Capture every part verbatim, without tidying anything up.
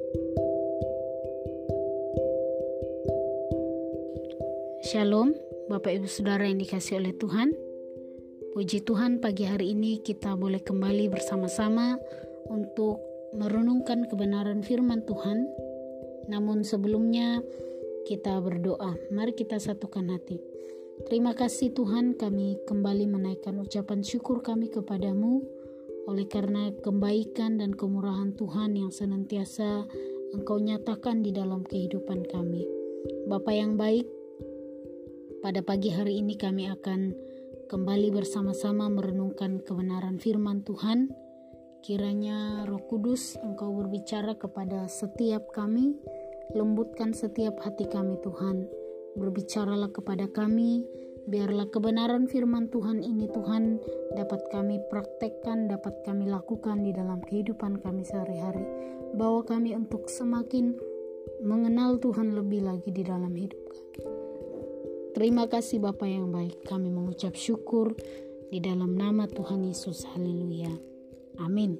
Shalom, Bapak Ibu Saudara yang dikasihi oleh Tuhan. Puji Tuhan, pagi hari ini kita boleh kembali bersama-sama untuk merenungkan kebenaran firman Tuhan. Namun sebelumnya kita berdoa. Mari kita satukan hati. Terima kasih Tuhan, kami kembali menaikkan ucapan syukur kami kepadamu oleh karena kebaikan dan kemurahan Tuhan yang senantiasa Engkau nyatakan di dalam kehidupan kami. Bapa yang baik, pada pagi hari ini kami akan kembali bersama-sama merenungkan kebenaran firman Tuhan. Kiranya Roh Kudus Engkau berbicara kepada setiap kami, lembutkan setiap hati kami Tuhan. Berbicaralah kepada kami, biarlah kebenaran firman Tuhan ini Tuhan dapat kami praktekkan, dapat kami lakukan di dalam kehidupan kami sehari-hari. Bawa kami untuk semakin mengenal Tuhan lebih lagi di dalam hidup kami. Terima kasih Bapa yang baik, kami mengucap syukur di dalam nama Tuhan Yesus. Haleluya. Amin.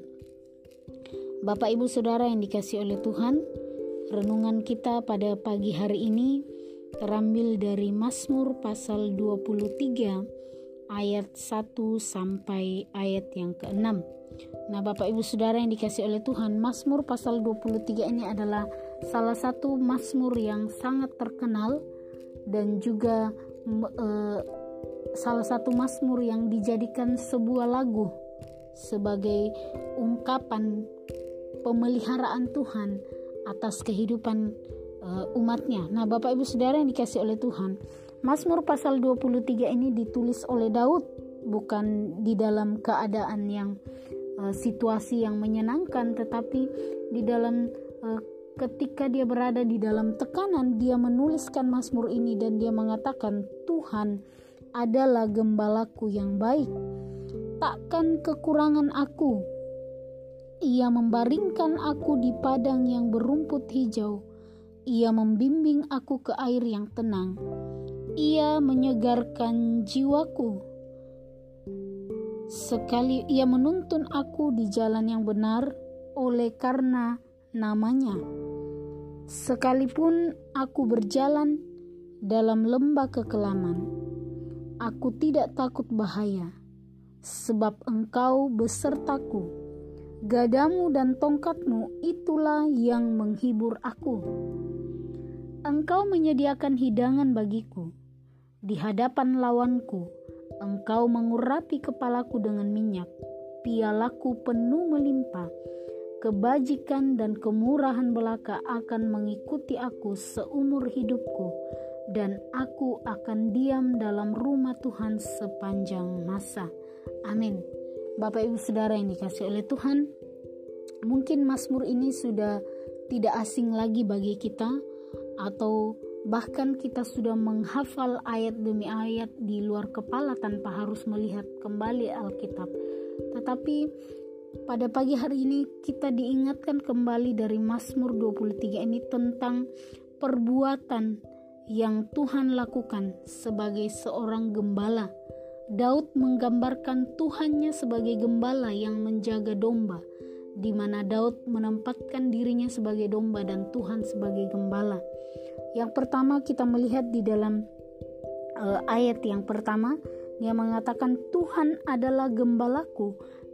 Bapak Ibu Saudara yang dikasihi oleh Tuhan, renungan kita pada pagi hari ini terambil dari Mazmur pasal dua puluh tiga ayat satu sampai ayat yang keenam. Nah, Bapak Ibu Saudara yang dikasihi oleh Tuhan, Mazmur pasal dua puluh tiga ini adalah salah satu mazmur yang sangat terkenal dan juga uh, salah satu mazmur yang dijadikan sebuah lagu sebagai ungkapan pemeliharaan Tuhan atas kehidupan uh, umatnya. Nah, Bapak Ibu Saudara yang dikasihi oleh Tuhan, Mazmur pasal dua puluh tiga ini ditulis oleh Daud, bukan di dalam keadaan yang uh, situasi yang menyenangkan, tetapi di dalam uh, ketika dia berada di dalam tekanan, dia menuliskan mazmur ini dan dia mengatakan, Tuhan adalah gembalaku yang baik, takkan kekurangan aku. Ia membaringkan aku di padang yang berumput hijau. Ia membimbing aku ke air yang tenang. Ia menyegarkan jiwaku. Sekali ia menuntun aku di jalan yang benar oleh karena namanya. Sekalipun aku berjalan dalam lembah kekelaman, aku tidak takut bahaya, sebab Engkau besertaku. Gadamu dan tongkatmu itulah yang menghibur aku. Engkau menyediakan hidangan bagiku di hadapan lawanku. Engkau mengurapi kepalaku dengan minyak, pialaku penuh melimpah. Kebajikan dan kemurahan belaka akan mengikuti aku seumur hidupku, dan aku akan diam dalam rumah Tuhan sepanjang masa. Amin. Bapak Ibu Saudara yang dikasihi oleh Tuhan, mungkin mazmur ini sudah tidak asing lagi bagi kita, atau bahkan kita sudah menghafal ayat demi ayat di luar kepala tanpa harus melihat kembali Alkitab. Tetapi pada pagi hari ini kita diingatkan kembali dari Mazmur dua puluh tiga ini tentang perbuatan yang Tuhan lakukan sebagai seorang gembala. Daud menggambarkan Tuhannya sebagai gembala yang menjaga domba, di mana Daud menempatkan dirinya sebagai domba dan Tuhan sebagai gembala. Yang pertama kita melihat di dalam uh, ayat yang pertama, dia mengatakan Tuhan adalah gembalaku,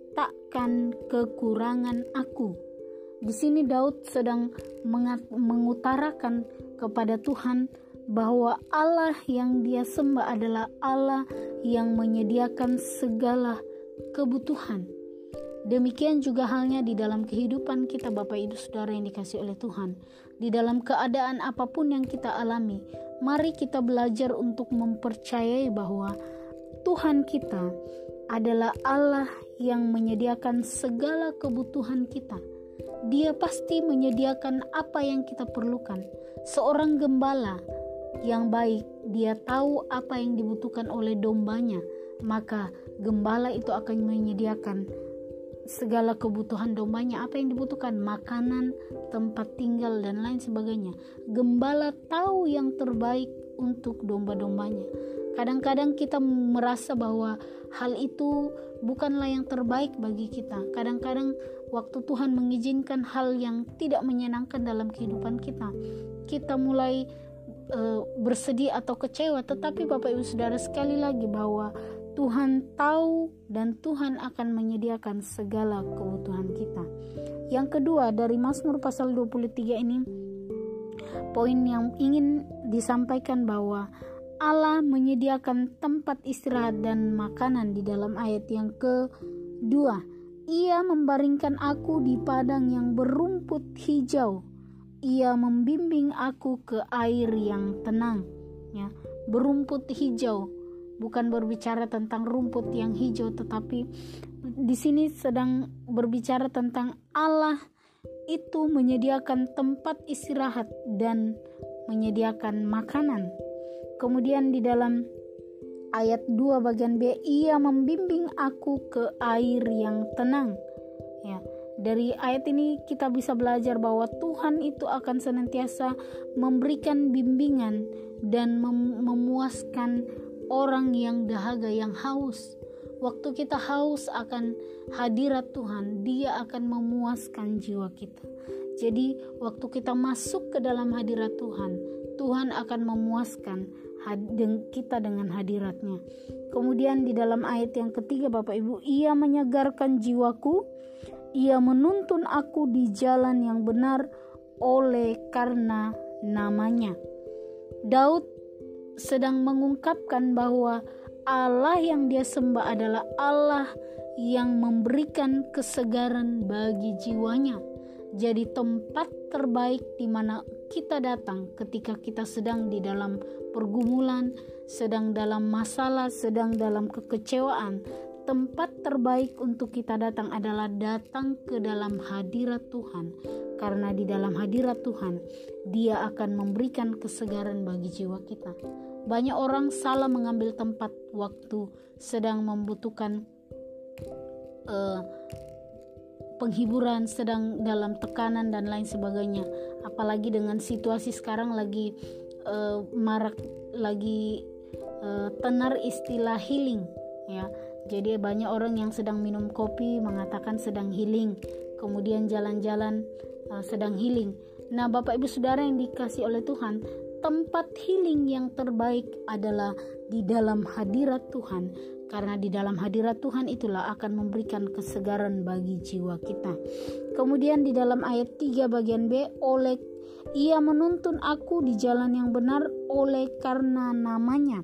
takkan kekurangan aku. Di sini Daud sedang mengat- mengutarakan kepada Tuhan bahwa Allah yang dia sembah adalah Allah yang menyediakan segala kebutuhan. Demikian juga halnya di dalam kehidupan kita Bapak Ibu Saudara yang dikasihi oleh Tuhan. Di dalam keadaan apapun yang kita alami, mari kita belajar untuk mempercayai bahwa Tuhan kita adalah Allah yang menyediakan segala kebutuhan kita. Dia pasti menyediakan apa yang kita perlukan. Seorang gembala yang baik, dia tahu apa yang dibutuhkan oleh dombanya, maka gembala itu akan menyediakan segala kebutuhan dombanya. Apa yang dibutuhkan? Makanan, tempat tinggal, dan lain sebagainya. Gembala tahu yang terbaik untuk domba-dombanya. Kadang-kadang kita merasa bahwa hal itu bukanlah yang terbaik bagi kita. Kadang-kadang waktu Tuhan mengizinkan hal yang tidak menyenangkan dalam kehidupan kita, kita mulai uh, bersedih atau kecewa. Tetapi Bapak Ibu Saudara, sekali lagi bahwa Tuhan tahu dan Tuhan akan menyediakan segala kebutuhan kita. Yang kedua, dari Mazmur pasal dua puluh tiga ini, poin yang ingin disampaikan bahwa Allah menyediakan tempat istirahat dan makanan di dalam ayat yang kedua. Ia membaringkan aku di padang yang berumput hijau. Ia membimbing aku ke air yang tenang. Ya, berumput hijau, bukan berbicara tentang rumput yang hijau, tetapi di sini sedang berbicara tentang Allah itu menyediakan tempat istirahat dan menyediakan makanan. Kemudian di dalam ayat dua bagian B, ia membimbing aku ke air yang tenang. Ya, dari ayat ini kita bisa belajar bahwa Tuhan itu akan senantiasa memberikan bimbingan dan mem- memuaskan orang yang dahaga, yang haus. Waktu kita haus akan hadirat Tuhan, Dia akan memuaskan jiwa kita. Jadi waktu kita masuk ke dalam hadirat Tuhan, Tuhan akan memuaskan kita dengan hadiratnya. Kemudian di dalam ayat yang ketiga Bapak Ibu, ia menyegarkan jiwaku, ia menuntun aku di jalan yang benar oleh karena namanya. Daud sedang mengungkapkan bahwa Allah yang dia sembah adalah Allah yang memberikan kesegaran bagi jiwanya. Jadi tempat terbaik di mana kita datang ketika kita sedang di dalam pergumulan, sedang dalam masalah, sedang dalam kekecewaan, tempat terbaik untuk kita datang adalah datang ke dalam hadirat Tuhan. Karena di dalam hadirat Tuhan, Dia akan memberikan kesegaran bagi jiwa kita. Banyak orang salah mengambil tempat waktu sedang membutuhkan uh, penghiburan, sedang dalam tekanan dan lain sebagainya. Apalagi dengan situasi sekarang lagi uh, marak, lagi uh, tenar istilah healing, ya. Jadi banyak orang yang sedang minum kopi mengatakan sedang healing, kemudian jalan-jalan uh, sedang healing. Nah, Bapak Ibu Saudara yang dikasihi oleh Tuhan, tempat healing yang terbaik adalah di dalam hadirat Tuhan. Karena di dalam hadirat Tuhan itulah akan memberikan kesegaran bagi jiwa kita. Kemudian di dalam ayat tiga bagian B, oleh ia menuntun aku di jalan yang benar oleh karena namanya.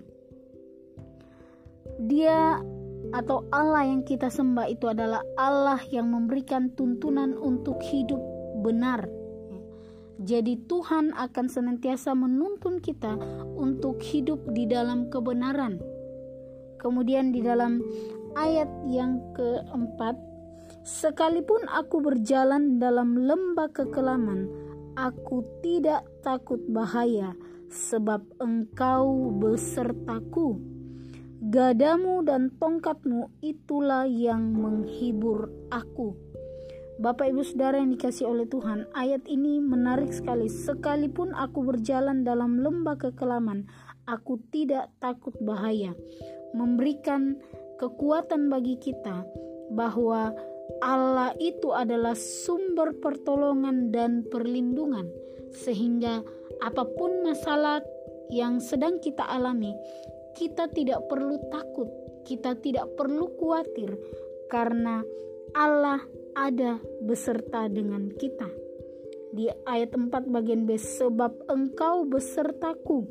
Dia atau Allah yang kita sembah itu adalah Allah yang memberikan tuntunan untuk hidup benar. Jadi Tuhan akan senantiasa menuntun kita untuk hidup di dalam kebenaran. Kemudian di dalam ayat yang keempat, sekalipun aku berjalan dalam lembah kekelaman, aku tidak takut bahaya, sebab Engkau besertaku. Gadamu dan tongkatmu itulah yang menghibur aku. Bapak Ibu Saudara yang dikasihi oleh Tuhan, ayat ini menarik sekali. Sekalipun aku berjalan dalam lembah kekelaman, aku tidak takut bahaya. Memberikan kekuatan bagi kita bahwa Allah itu adalah sumber pertolongan dan perlindungan, sehingga apapun masalah yang sedang kita alami, kita tidak perlu takut, kita tidak perlu khawatir, karena Allah ada beserta dengan kita. Di ayat empat bagian B, sebab Engkau besertaku,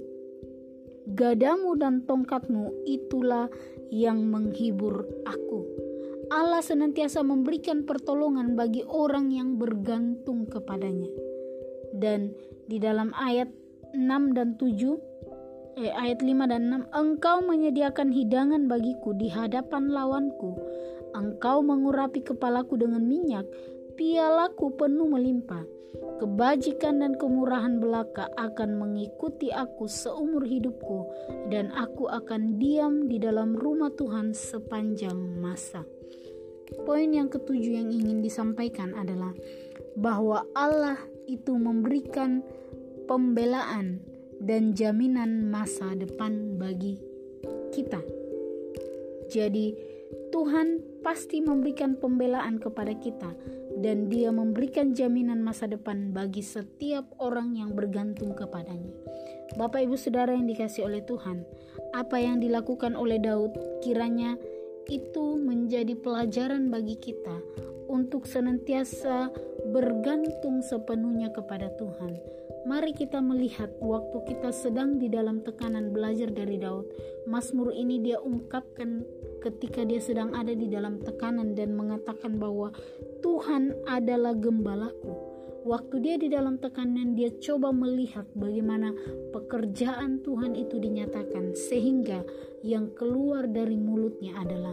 gadamu dan tongkatmu itulah yang menghibur aku. Allah senantiasa memberikan pertolongan bagi orang yang bergantung kepadanya. Dan di dalam ayat enam dan tujuh, eh, ayat lima dan enam, Engkau menyediakan hidangan bagiku di hadapan lawanku. Engkau mengurapi kepalaku dengan minyak, pialaku penuh melimpah. Kebajikan dan kemurahan belaka akan mengikuti aku seumur hidupku, dan aku akan diam di dalam rumah Tuhan sepanjang masa. Poin yang ketujuh yang ingin disampaikan adalah bahwa Allah itu memberikan pembelaan dan jaminan masa depan bagi kita. Jadi Tuhan pasti memberikan pembelaan kepada kita, dan Dia memberikan jaminan masa depan bagi setiap orang yang bergantung kepadanya. Bapak Ibu Saudara yang dikasihi oleh Tuhan, apa yang dilakukan oleh Daud kiranya itu menjadi pelajaran bagi kita untuk senantiasa bergantung sepenuhnya kepada Tuhan. Mari kita melihat waktu kita sedang di dalam tekanan, belajar dari Daud. Mazmur ini dia ungkapkan ketika dia sedang ada di dalam tekanan dan mengatakan bahwa Tuhan adalah gembalaku. Waktu dia di dalam tekanan, dia coba melihat bagaimana pekerjaan Tuhan itu dinyatakan, sehingga yang keluar dari mulutnya adalah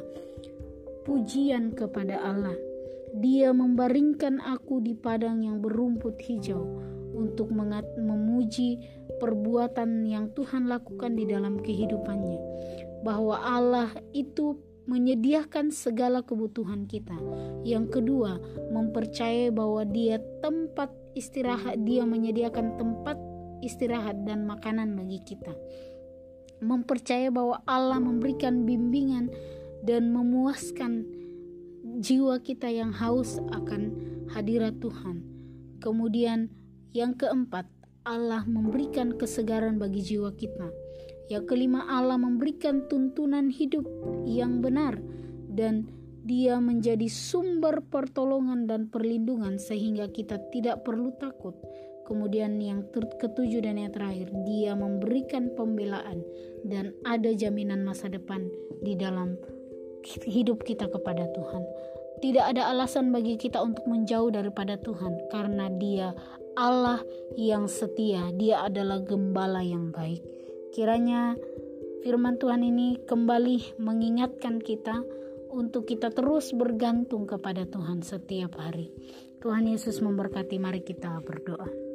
pujian kepada Allah. Dia membaringkan aku di padang yang berumput hijau, untuk mengat- memuji perbuatan yang Tuhan lakukan di dalam kehidupannya, bahwa Allah itu menyediakan segala kebutuhan kita. Yang kedua, mempercayai bahwa Dia tempat istirahat, Dia menyediakan tempat istirahat dan makanan bagi kita. Mempercayai bahwa Allah memberikan bimbingan dan memuaskan jiwa kita yang haus akan hadirat Tuhan. Kemudian yang keempat, Allah memberikan kesegaran bagi jiwa kita. Yang kelima, Allah memberikan tuntunan hidup yang benar, dan Dia menjadi sumber pertolongan dan perlindungan sehingga kita tidak perlu takut. Kemudian yang ter- ketujuh dan yang terakhir, Dia memberikan pembelaan dan ada jaminan masa depan di dalam hidup kita kepada Tuhan. Tidak ada alasan bagi kita untuk menjauh daripada Tuhan, karena Dia Allah yang setia. Dia adalah gembala yang baik. Kiranya firman Tuhan ini kembali mengingatkan kita untuk kita terus bergantung kepada Tuhan setiap hari. Tuhan Yesus memberkati. Mari kita berdoa.